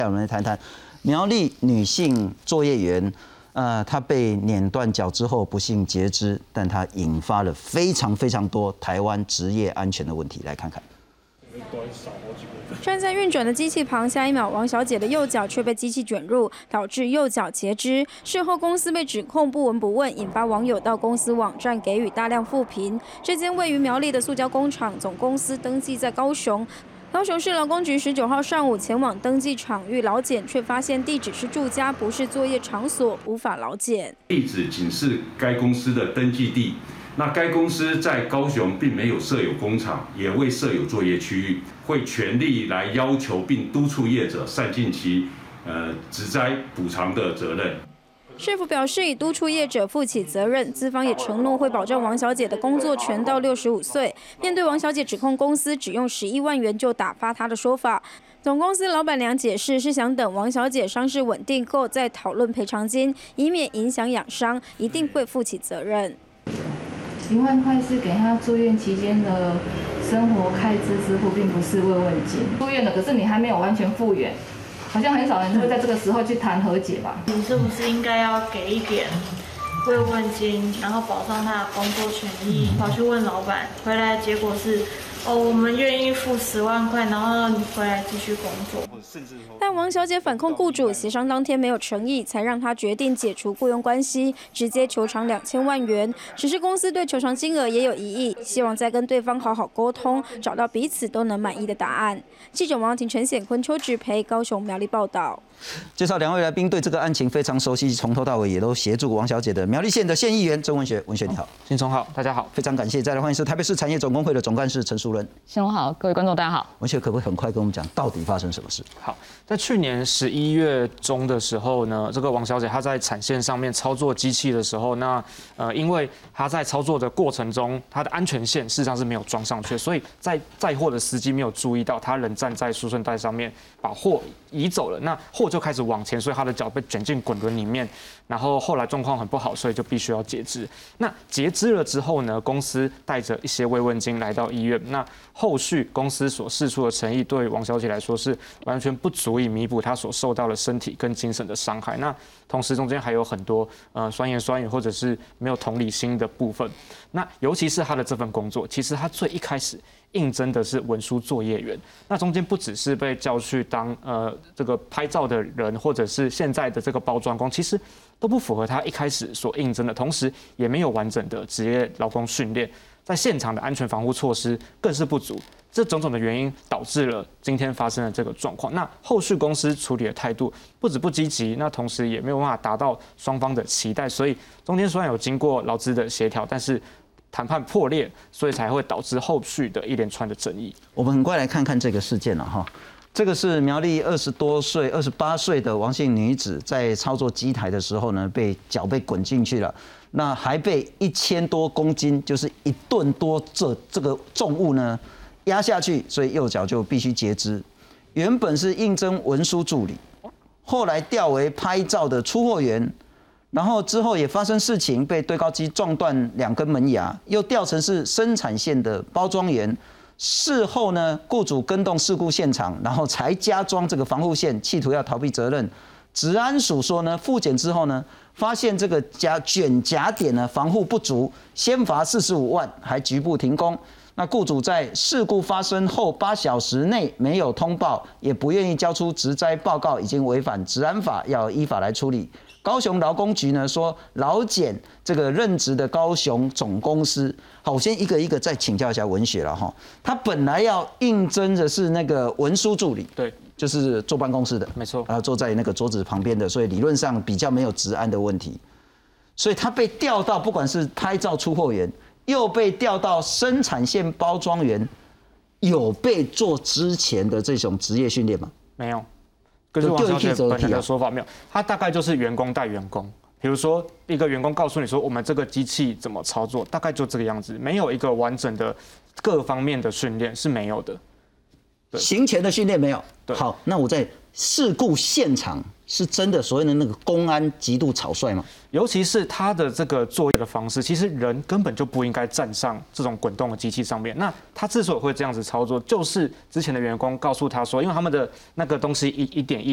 我们来谈谈苗栗女性作业员，她被碾断脚之后不幸截肢，但她引发了非常非常多台湾职业安全的问题，来看看。 站在运转的机器旁，下一秒，王小姐的右脚却被机器卷入，导致右脚截肢。事后，公司被指控不闻不问，引发网友到公司网站给予大量负评。这间位于苗栗的塑胶工厂总公司登记在高雄。高雄市劳工局19号上午前往登记场域劳检，却发现地址是住家，不是作业场所，无法劳检。 地址仅是该公司的登记地。那该公司在高雄并没有设有工厂，也未设有作业区域，会全力来要求并督促业者善尽其职灾补偿的责任。 市府表示已督促业者负起责任，资方也承诺会保障王小姐的工作权到65岁。面对王小姐指控公司只用11万元就打发她的说法，总公司老板娘解释是想等王小姐伤势稳定后再讨论赔偿金，以免影响养伤，一定会负起责任。 10万块是给他住院期间的生活开支支付，并不是慰问金。住院了，可是你还没有完全复原，好像很少人会在这个时候去谈和解吧？ 你是不是应该要给一点慰问金，然后保障他的工作权益？跑去问老板，回来的结果是，我们愿意付10万块，然后让你回来继续工作。 但王小姐反控雇主协商当天没有诚意，才让她决定解除雇佣关系，直接求偿2000万元。只是公司对求偿金额也有疑义，希望再跟对方好好沟通，找到彼此都能满意的答案。记者王耀庭、陈显坤、邱志培，高雄苗栗报道。 介绍两位来宾对这个案情非常熟悉，从头到尾也都协助王小姐的苗栗县的县议员郑文学，文学你好， 新聪好，大家好， 非常感谢。再来欢迎是台北市产业总工会的总干事陈淑伦， 新龙好，各位观众大家好。 文学可不可以很快跟我们讲到底发生什么事？ 好，在去年11月中的时候呢，这个王小姐她在产线上面操作机器的时候，因为她在操作的过程中，她的安全线事实上是没有装上去，所以在载货的司机没有注意到，她人站在输送带上面把货移走了，那货就开始往前，所以他的脚被卷进滚轮里面，然后后来状况很不好，所以就必须要截肢。那截肢了之后呢，公司带着一些慰问金来到医院，那后续公司所释出的诚意对王小姐来说是完全不足以弥补她所受到的身体跟精神的伤害。那同时中间还有很多酸言酸语或者是没有同理心的部分。那尤其是她的这份工作，其实她最一开始应征的是文书作业员，那中间不只是被叫去当这个拍照的人，或者是现在的这个包装工，其实都不符合他一开始所应征的，同时也没有完整的职业劳工训练，在现场的安全防护措施更是不足。这种种的原因导致了今天发生的这个状况。那后续公司处理的态度不止不积极，那同时也没有办法达到双方的期待，所以中间虽然有经过劳资的协调，但是谈判破裂，所以才会导致后续的一连串的争议。 我们很快来看看这个事件了哈。这个是苗栗28岁的王姓女子，在操作机台的时候呢，脚被滚进去了，那还被1000多公斤，就是1吨多这个重物呢压下去，所以右脚就必须截肢。原本是应征文书助理，后来调为拍照的出货员。然后之后也发生事情，被堆高机撞断2根门牙，又调成是生产线的包装员。事后呢，雇主跟动事故现场，然后才加装这个防护线，企图要逃避责任。职安署说呢，复检之后呢，发现这个卷夹点呢防护不足，先罚45万，还局部停工。那雇主在事故发生后8小时内没有通报，也不愿意交出职灾报告，已经违反职安法，要依法来处理。高雄劳工局呢说，劳检这个任职的高雄总公司，好，我先一个一个再请教一下文学了哈。他本来要应征的是那个文书助理， 对， 就是坐办公室的， 没错， 然后坐在那个桌子旁边的，所以理论上比较没有职安的问题。所以他被调到不管是拍照出货员，又被调到生产线包装员，有被做之前的这种职业训练吗？ 没有。根据王小姐本人的说法，没有，他大概就是员工带员工。比如说，一个员工告诉你说，我们这个机器怎么操作，大概就这个样子，没有一个完整的各方面的训练是没有的。 行前的训练没有。好，那我再事故现场是真的所谓的那个公安极度草率吗？ 尤其是他的这个作业的方式，其实人根本就不应该站上这种滚动的机器上面。那他之所以会这样子操作，就是之前的员工告诉他说，因为他们的那个东西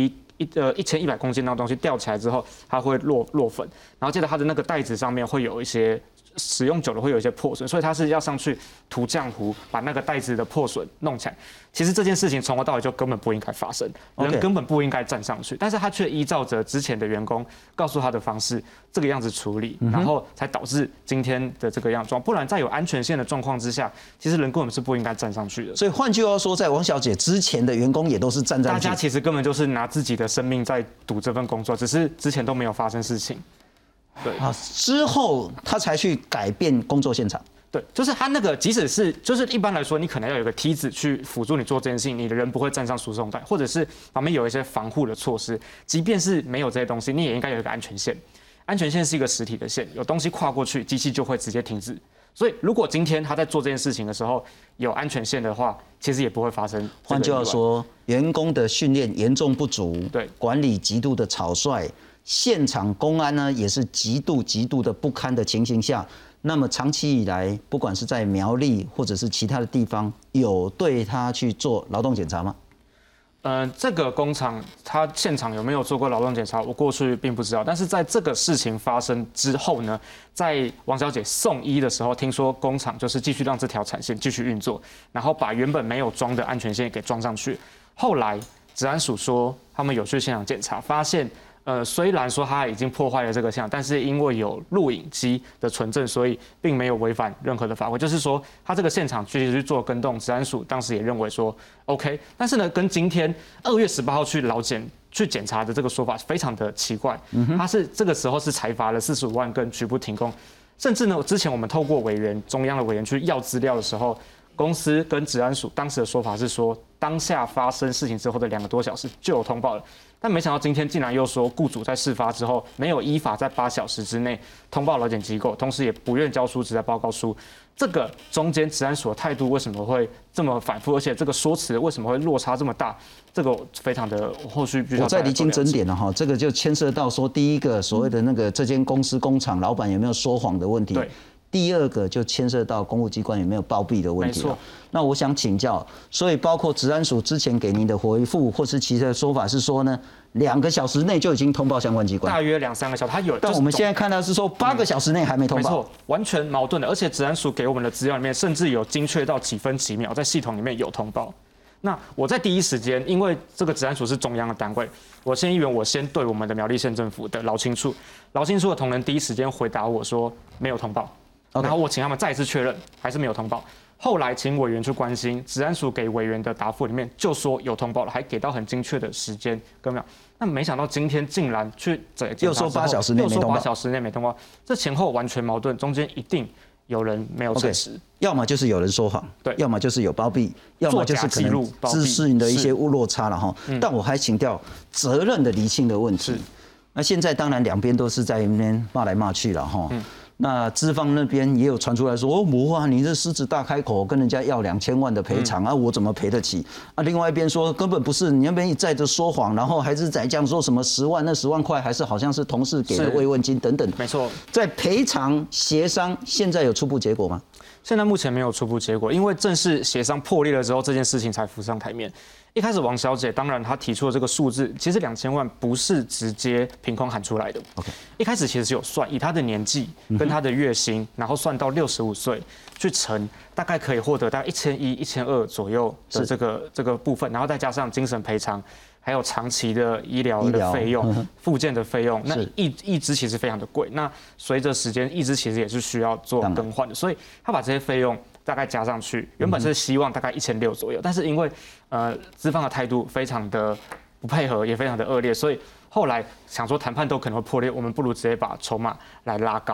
1100公斤那个东西吊起来之后，它会落粉，然后接着它的那个袋子上面会有一些使用久了会有一些破损，所以他是要上去涂浆糊，把那个袋子的破损弄起来。其实这件事情从头到尾就根本不应该发生，人根本不应该站上去，但是他却依照着之前的员工告诉他的方式，这个样子处理，然后才导致今天的这个样状。不然在有安全线的状况之下，其实人根本是不应该站上去的。 所以换句话说，在王小姐之前的员工也都是站上去， 大家其实根本就是拿自己的生命在赌这份工作，只是之前都没有发生事情。对啊，之后他才去改变工作现场。 对，就是他那个，即使是就是一般来说，你可能要有个梯子去辅助你做这件事情，你的人不会站上输送带，或者是旁边有一些防护的措施。即便是没有这些东西，你也应该有一个安全线。安全线是一个实体的线，有东西跨过去，机器就会直接停止。所以，如果今天他在做这件事情的时候有安全线的话，其实也不会发生。 换句话说，员工的训练严重不足， 对， 管理极度的草率，现场公安呢也是极度的不堪的情形下。那么长期以来，不管是在苗栗或者是其他的地方，有对他去做劳动检查吗？ 这个工厂他现场有没有做过劳动检查，我过去并不知道。但是在这个事情发生之后呢，在王小姐送医的时候，听说工厂就是继续让这条产线继续运作，然后把原本没有装的安全线给装上去。后来治安署说他们有去现场检查，发现。虽然说他已经破坏了这个项，但是因为有录影机的存证，所以并没有违反任何的法规。就是说，他这个现场继续去做更动，治安署当时也认为说 OK。但是呢，跟今天2月18号去检查的这个说法非常的奇怪。他是这个时候是裁罚了45万跟局部停工，甚至呢，之前我们透过中央的委员去要资料的时候，公司跟治安署当时的说法是说，当下发生事情之后的2个多小时就有通报了。但没想到今天竟然又说，雇主在事发之后没有依法在8小时之内通报劳检机构，同时也不愿交出职灾报告书。这个中间治安署的态度为什么会这么反复，而且这个说辞为什么会落差这么大？这个非常的后续必须要我再厘清真点了哈，这个就牵涉到说，第一个所谓的那个这间公司工厂老板有没有说谎的问题。 对。 第二个就牵涉到公务机关有没有包庇的问题了。那我想请教，所以包括治安署之前给您的回复，或是其他的说法是说呢，2个小时内就已经通报相关机关， 大约2-3个小时，他有。 但我们现在看到是说8个小时内还没通报， 没错，完全矛盾的。而且治安署给我们的资料里面，甚至有精确到几分几秒，在系统里面有通报。那我在第一时间，因为这个治安署是中央的单位，我先对我们的苗栗县政府的劳青处的同仁第一时间回答我说没有通报。然后我请他们再一次确认，还是没有通报。后来请委员去关心，治安署给委员的答复里面就说有通报了，还给到很精确的时间跟秒。那没想到今天竟然去又说8小时内没通报， 又说8小时内没通报，这前后完全矛盾，中间一定有人没有证实， 要么就是有人说谎， 对， 要么就是有包庇，要么就是可能资讯的一些落差了哈。但我还请教责任的厘清的问题。那现在当然两边都是在那边骂来骂去了哈。那资方那边也有传出来说，哦，不啊，你这狮子大开口，跟人家要2000万的赔偿啊，我怎么赔得起啊？另外一边说根本不是，你那边一再的说谎，然后还是在讲说什么10万，那10万块还是好像是同事给的慰问金等等。 没错， 在赔偿协商，现在有初步结果吗？ 现在目前没有初步结果，因为正式协商破裂了之后，这件事情才浮上台面。一开始王小姐当然她提出的这个数字，其实2000万不是直接凭空喊出来的。一开始其实是有算，以她的年纪跟她的月薪，然后算到65岁去乘，大概可以获得大概1100、1200左右的这个部分，然后再加上精神赔偿，还有长期的医疗的费用、复健的费用，那一支其实非常的贵。那随着时间，一支其实也是需要做更换的，所以她把这些费用大概加上去，原本是希望大概1600左右，但是因为资方的态度非常的不配合，也非常的恶劣，所以后来想说谈判都可能会破裂，我们不如直接把筹码来拉高。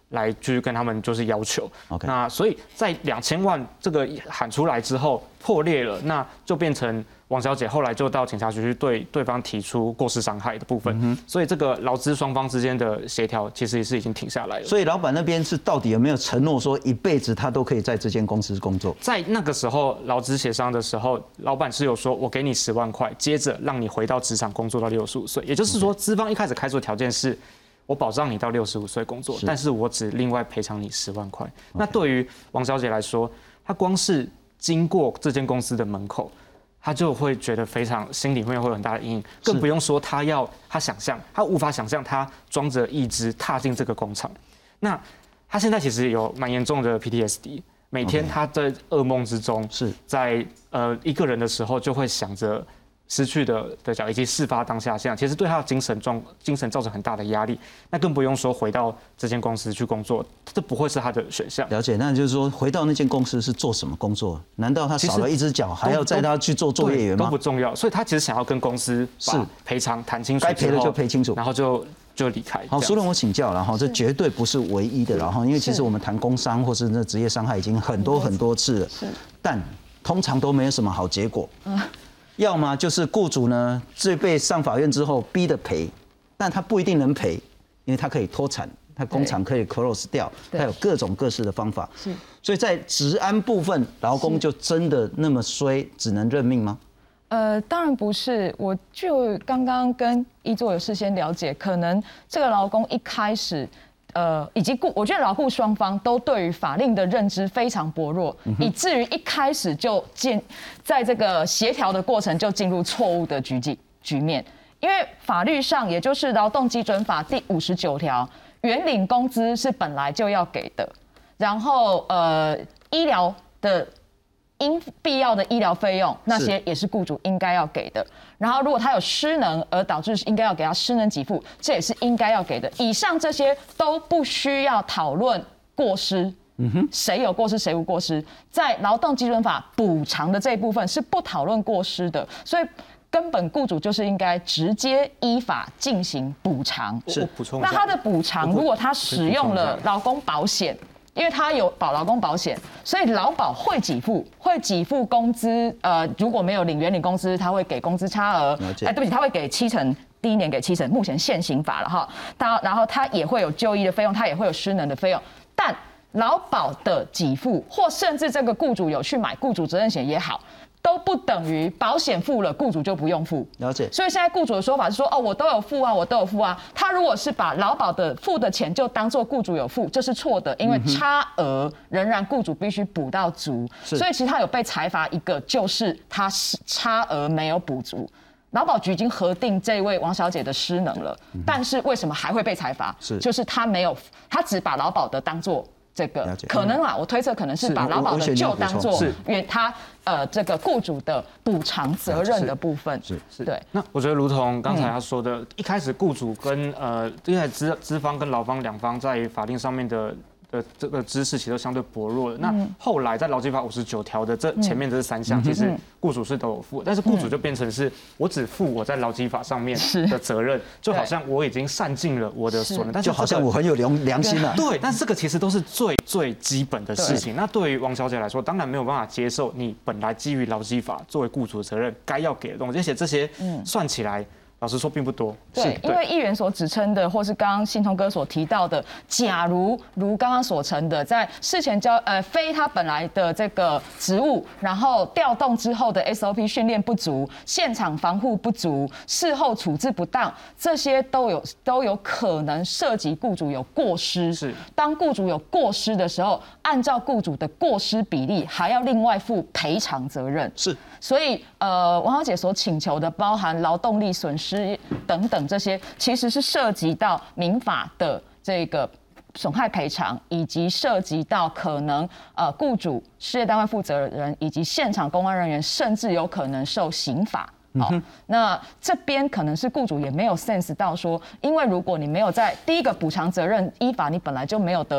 来去跟他们就是要求。 OK， 那所以在2000万这个喊出来之后破裂了，那就变成王小姐后来就到警察局去对对方提出过失伤害的部分，所以这个劳资双方之间的协调其实也是已经停下来了。 所以老板那边是到底有没有承诺说一辈子他都可以在这间公司工作？ 在那个时候劳资协商的时候，老板是有说我给你10万块，接着让你回到职场工作到65岁，也就是说资方一开始开出的条件是。我保障你到65岁工作，但是我只另外赔偿你10万块。那对于王小姐来说，她光是经过这间公司的门口，她就会觉得非常心里面会有很大的阴影，更不用说她无法想象她装着义肢踏进这个工厂。那她现在其实有蛮严重的 PTSD， 每天她在噩梦之中，在一个人的时候就会想着。失去的脚以及事发当下这样，其实对他的精神造成很大的压力。那更不用说回到这间公司去工作，这不会是他的选项。 了解，那就是说回到那间公司是做什么工作？难道他少了一只脚，还要载他去做作业员吗？ 都不重要，所以他其实想要跟公司把赔偿谈清楚， 该赔的就赔清楚， 然后就离开。 好，苏任我请教了哈，这绝对不是唯一的了哈，因为其实我们谈工伤或是那职业伤害已经很多次了，但通常都没有什么好结果。要么就是雇主呢，被上法院之后逼得赔，但他不一定能赔，因为他可以脱产，他工厂可以 close 掉，他有各种各式的方法。所以在职安部分，劳工就真的那么衰，只能认命吗？ 当然不是，我就刚刚跟一作有事先了解，可能这个劳工一开始。以及我觉得劳雇双方都对于法令的认知非常薄弱，以至于一开始就在这个协调的过程就进入错误的局面。因为法律上，也就是劳动基准法第59条，原领工资是本来就要给的，然后医疗的。必要的医疗费用，那些也是雇主应该要给的。然后，如果他有失能而导致应该要给他失能给付，这也是应该要给的。以上这些都不需要讨论过失，谁有过失谁无过失，在劳动基准法补偿的这一部分是不讨论过失的，所以根本雇主就是应该直接依法进行补偿。 我补充一下， 那他的补偿，如果他使用了劳工保险。因为他有保劳工保险，所以劳保会给付工资。如果没有领原领工资，他会给工资差额。对不起，他会给7%，第一年给7%，目前现行法了哈。然后他也会有就医的费用，他也会有失能的费用。但劳保的给付，或甚至这个雇主有去买雇主责任险也好。都不等于保险付了，雇主就不用付。 了解。 所以现在雇主的说法是说，我都有付啊。他如果是把劳保的付的钱就当做雇主有付，这是错的，因为差额仍然雇主必须补到足。所以其实他有被裁罚一个，就是他差额没有补足。劳保局已经核定这位王小姐的失能了，但是为什么还会被裁罚？就是他只把劳保的当做。这个可能我推测可能是把劳保的就当做他这个雇主的补偿责任的部分。 是对。 那我觉得如同刚才他说的，一开始雇主跟一开始资方跟劳方两方在法令上面的这个知识其实都相对薄弱的。那后来在劳基法59条的前面这3项，其实雇主是都有负，但是雇主就变成是我只负我在劳基法上面的责任，就好像我已经善尽了我的所能，但是就好像我很有良心了。 对，但是这个其实都是最基本的事情。那对于王小姐来说，当然没有办法接受你本来基于劳基法作为雇主的责任该要给的东西，而且这些算起来。老实说，并不多。 对，因为议员所指称的，或是刚刚信聪哥所提到的，假如刚刚所称的，在事前非他本来的这个职务，然后调动之后的 SOP 训练不足、现场防护不足、事后处置不当，这些都有可能涉及雇主有过失。 是， 当雇主有过失的时候，按照雇主的过失比例，还要另外负赔偿责任。 是， 所以王小姐所请求的，包含劳动力损失等等这些，其实是涉及到民法的这个损害赔偿，以及涉及到可能雇主、事业单位负责人以及现场公安人员，甚至有可能受刑罚。那这边可能是雇主也没有 sense 到说，因为如果你没有在第一个补偿责任，依法你本来就没有得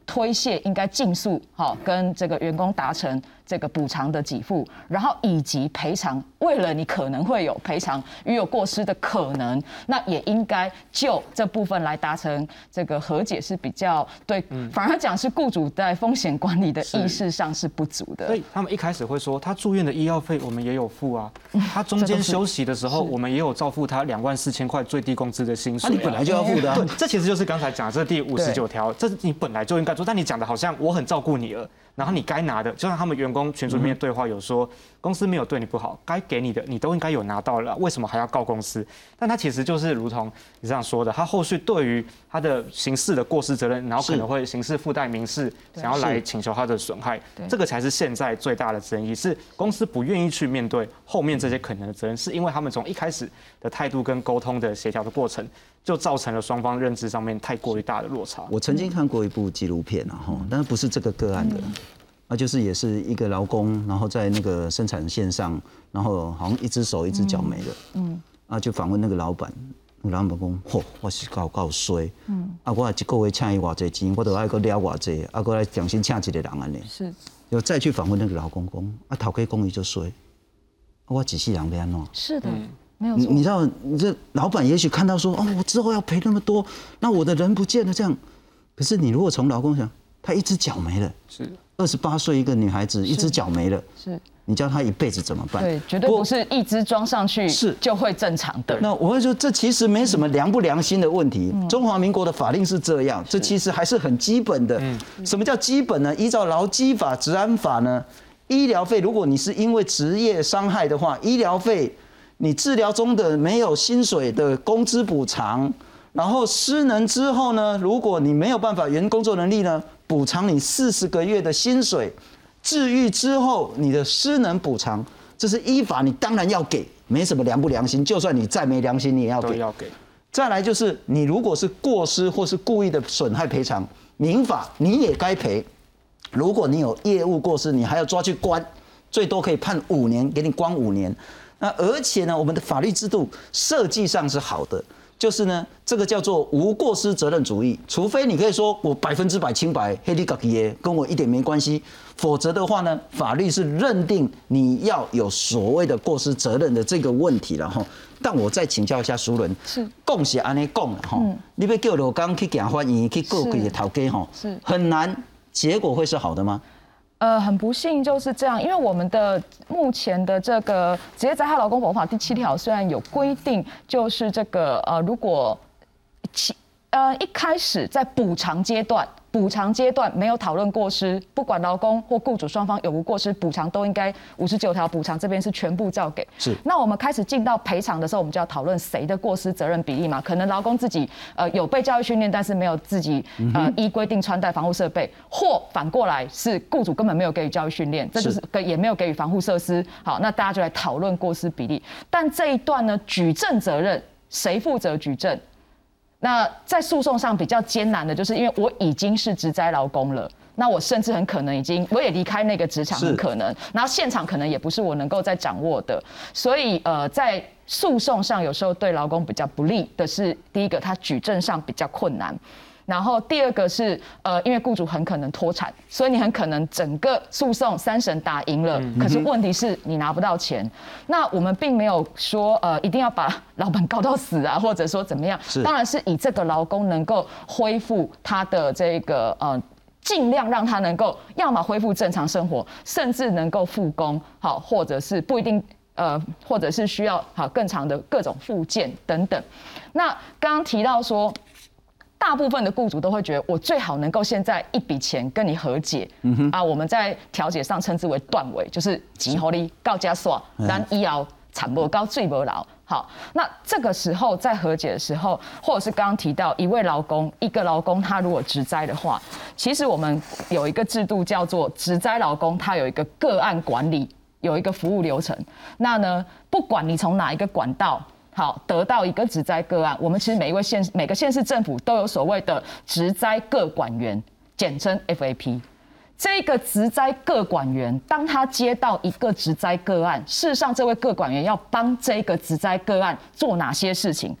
推卸应该尽速跟这个员工达成这个补偿的给付，然后以及赔偿，为了你可能会有赔偿与有过失的可能，那也应该就这部分来达成这个和解是比较对，反而讲是雇主在风险管理的意识上是不足的。 所以他们一开始会说，他住院的医药费我们也有付啊，他中间休息的时候我们也有照付他24000块最低工资的薪水， 你本来就要付的。 对，这其实就是刚才讲的这第59条，这是你本来就应该做，但你讲的好像我很照顾你了。然后你该拿的，就像他们员工群组里面对话有说，公司没有对你不好，该给你的你都应该有拿到了，为什么还要告公司？但他其实就是如同你这样说的，他后续对于他的刑事的过失责任，然后可能会刑事附带民事，想要来请求他的损害，这个才是现在最大的争议，是公司不愿意去面对后面这些可能的责任，是因为他们从一开始的态度跟沟通的协调的过程，就造成了双方认知上面太过于大的落差。 我曾经看过一部纪录片但是不是这个个案的。就是也是一个劳工，然后在那个生产线上，然后好像一只手一只脚没了，就访问那个老板，那个老板讲，嚯，我是够衰，我一个月请伊偌济钱，我都爱个了偌济，我来重新请一个人安尼， 是， 又再去访问那个劳工讲，头家讲伊就衰，我一世人要安怎？ 是的。没有错， 你知道，这老板也许看到说，我之后要赔那么多，那我的人不见了这样。可是你如果从劳工想，他一只脚没了，是28岁一个女孩子一只脚没了，是，你叫她一辈子怎么办？ 对，绝对不是一只装上去是就会正常的。 那我会说，这其实没什么良不良心的问题。中华民国的法令是这样，这其实还是很基本的。什么叫基本呢？依照劳基法、治安法呢，医疗费，如果你是因为职业伤害的话，医疗费你治疗中的没有薪水的工资补偿，然后失能之后呢，如果你没有办法原工作能力呢，补偿你40个月的薪水，治愈之后你的失能补偿，这是依法你当然要给，没什么良不良心，就算你再没良心你也要给。再来就是你如果是过失或是故意的损害赔偿，民法你也该赔。如果你有业务过失，你还要抓去关，最多可以判5年，给你关5年。那而且呢，我们的法律制度设计上是好的。就是呢，这个叫做无过失责任主义，除非你可以说我100%清白，黑里嘎耶跟我一点没关系，否则的话呢，法律是认定你要有所谓的过失责任的这个问题了哈。但我再请教一下淑伦，是讲是安尼讲了哈，你要叫劳工去行法院去告几个头家哈，很难，结果会是好的吗？ 很不幸就是这样，因为我们的目前的这个职业灾害劳工保护法第7条虽然有规定，就是这个如果一开始在补偿阶段没有讨论过失，不管劳工或雇主双方有无过失，补偿都应该59条补偿这边是全部照给。是。那我们开始进到赔偿的时候，我们就要讨论谁的过失责任比例嘛？可能劳工自己有被教育训练，但是没有自己依规定穿戴防护设备，或反过来是雇主根本没有给予教育训练，这就是也没有给予防护设施。好，那大家就来讨论过失比例。但这一段呢，举证责任谁负责举证？那在诉讼上比较艰难的，就是因为我已经是职灾劳工了，那我甚至很可能我也离开那个职场，很可能，然后现场可能也不是我能够再掌握的，所以在诉讼上有时候对劳工比较不利的是，第一个他举证上比较困难。然后第二个是因为雇主很可能脱产，所以你很可能整个诉讼3审打赢了，可是问题是你拿不到钱。那我们并没有说一定要把老板告到死啊，或者说怎么样，当然是以这个劳工能够恢复他的这个尽量让他能够要么恢复正常生活，甚至能够复工，好，或者是不一定或者是需要好更长的各种复健等等。那刚刚提到说，大部分的雇主都会觉得，我最好能够现在一笔钱跟你和解，我们在调解上称之为断尾，就是钱给你到家耍，但以后惨不高罪不牢。好，那这个时候在和解的时候，或者是刚刚提到一个劳工他如果职灾的话，其实我们有一个制度叫做职灾劳工，他有一个个案管理，有一个服务流程。那呢，不管你从哪一个管道好得到一个职灾个案，我们其实每个县市政府都有所谓的职灾个管员，简称 FAP。这个职灾个管员，当他接到一个职灾个案，事实上这位个管员要帮这个职灾个案做哪些事情？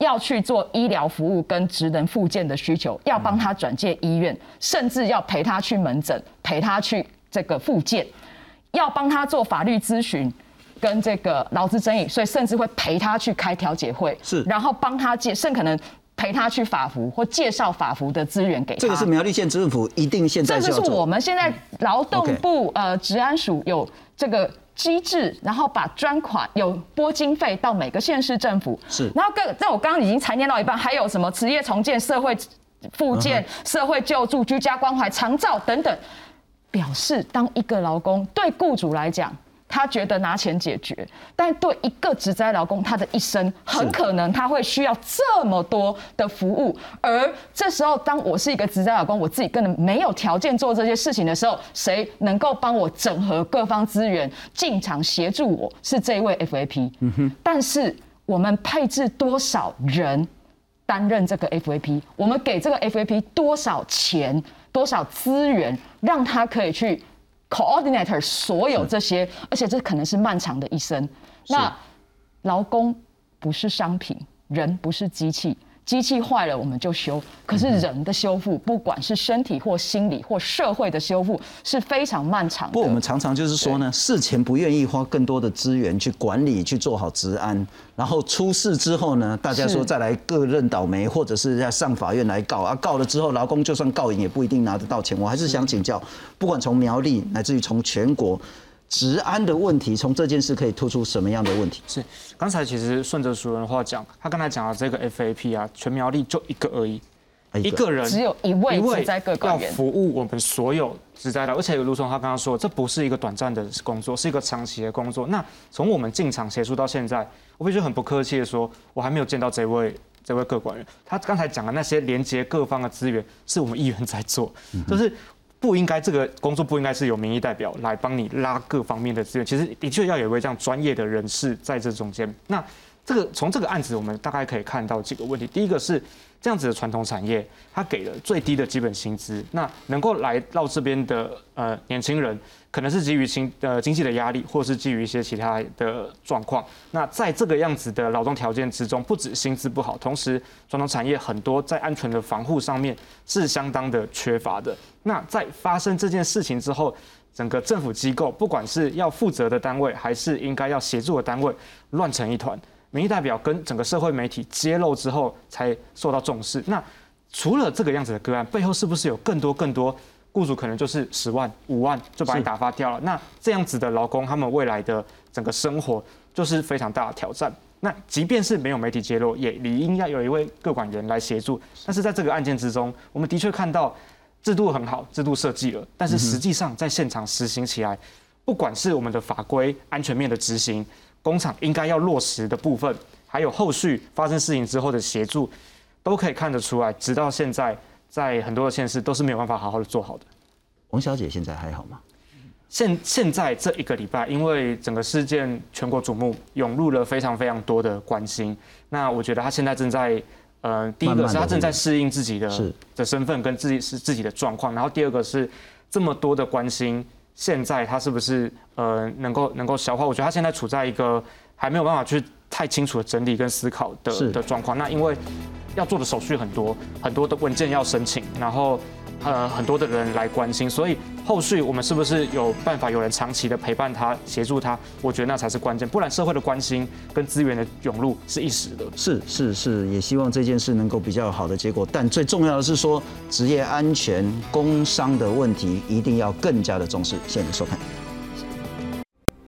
要去做医疗服务跟职能复健的需求，要帮他转介医院，甚至要陪他去门诊，陪他去这个复健，要帮他做法律咨询跟这个劳资争议，所以甚至会陪他去开调解会， 是， 然后帮他甚可能陪他去法服或介绍法服的资源给他。 这个是苗栗县政府一定现在就要做。 这就是我们现在劳动部职安署有这个机制，然后把专款有拨经费到每个县市政府。 是。 然后那我刚刚已经才念到一半，还有什么职业重建、社会复健、社会救助、居家关怀、长照等等，表示当一个劳工对雇主来讲，他觉得拿钱解决，但对一个职灾劳工，他的一生很可能他会需要这么多的服务，而这时候当我是一个职灾劳工，我自己根本没有条件做这些事情的时候，谁能够帮我整合各方资源进场协助我？是这一位 FAP。但是我们配置多少人担任这个 FAP？ 我们给这个 FAP 多少钱、多少资源，让他可以去coordinator 所有这些，而且这可能是漫长的一生。那劳工不是商品，人不是机器，机器坏了我们就修。可是人的修复，不管是身体或心理或社会的修复，是非常漫长的。 不过我们常常就是说呢，事前不愿意花更多的资源去管理、去做好职安，然后出事之后呢，大家说再来各认倒霉，或者是要上法院来告啊，告了之后，劳工就算告赢也不一定拿得到钱。我还是想请教，不管从苗栗乃至于从全国，职安的问题，从这件事可以突出什么样的问题？ 是，刚才其实顺着主任的话讲，他刚才讲的这个 FAP 啊，全苗栗就一个而已。一个人只有一位职灾个管员要服务我们所有职灾的，而且如同他刚刚说，这不是一个短暂的工作，是一个长期的工作。那从我们进场协助到现在，我必须很不客气的说，我还没有见到这位个管员。他刚才讲的那些连接各方的资源，是我们议员在做，就是不应该这个工作不应该是由民意代表来帮你拉各方面的资源，其实的确要有一位这样专业的人士在这中间。那从这个案子，我们大概可以看到几个问题。第一个是这样子的传统产业，它给了最低的基本薪资，那能够来到这边的年轻人，可能是基于经济的压力，或是基于一些其他的状况。那在这个样子的劳动条件之中，不止薪资不好，同时传统产业很多在安全的防护上面是相当的缺乏的。那在发生这件事情之后，整个政府机构，不管是要负责的单位，还是应该要协助的单位，乱成一团。民意代表跟整个社会媒体揭露之后，才受到重视。那除了这个样子的个案，背后是不是有更多雇主可能就是10万、5万就把你打发掉了？那这样子的劳工，他们未来的整个生活就是非常大的挑战。那即便是没有媒体揭露，也理应要有一位个管员来协助。但是在这个案件之中，我们的确看到制度很好，制度设计了，但是实际上在现场实行起来，不管是我们的法规安全面的执行，工厂应该要落实的部分，还有后续发生事情之后的协助，都可以看得出来。直到现在，在很多的县市都是没有办法好好的做好的。 王小姐现在还好吗？ 现在这一个礼拜，因为整个事件全国瞩目，涌入了非常非常多的关心。那我觉得她现在正在第一个是她正在适应自己的身份跟自己的状况，然后第二个是这么多的关心。现在他是不是能够消化？我觉得他现在处在一个还没有办法去太清楚的整理跟思考的状况。那因为要做的手续很多的文件要申请，然后很多的人来关心，所以后续我们是不是有办法有人长期的陪伴他、协助他？我觉得那才是关键，不然社会的关心跟资源的涌入是一时的。 是，也希望这件事能够比较好的结果。但最重要的是说，职业安全、工伤的问题一定要更加的重视。谢谢您收看。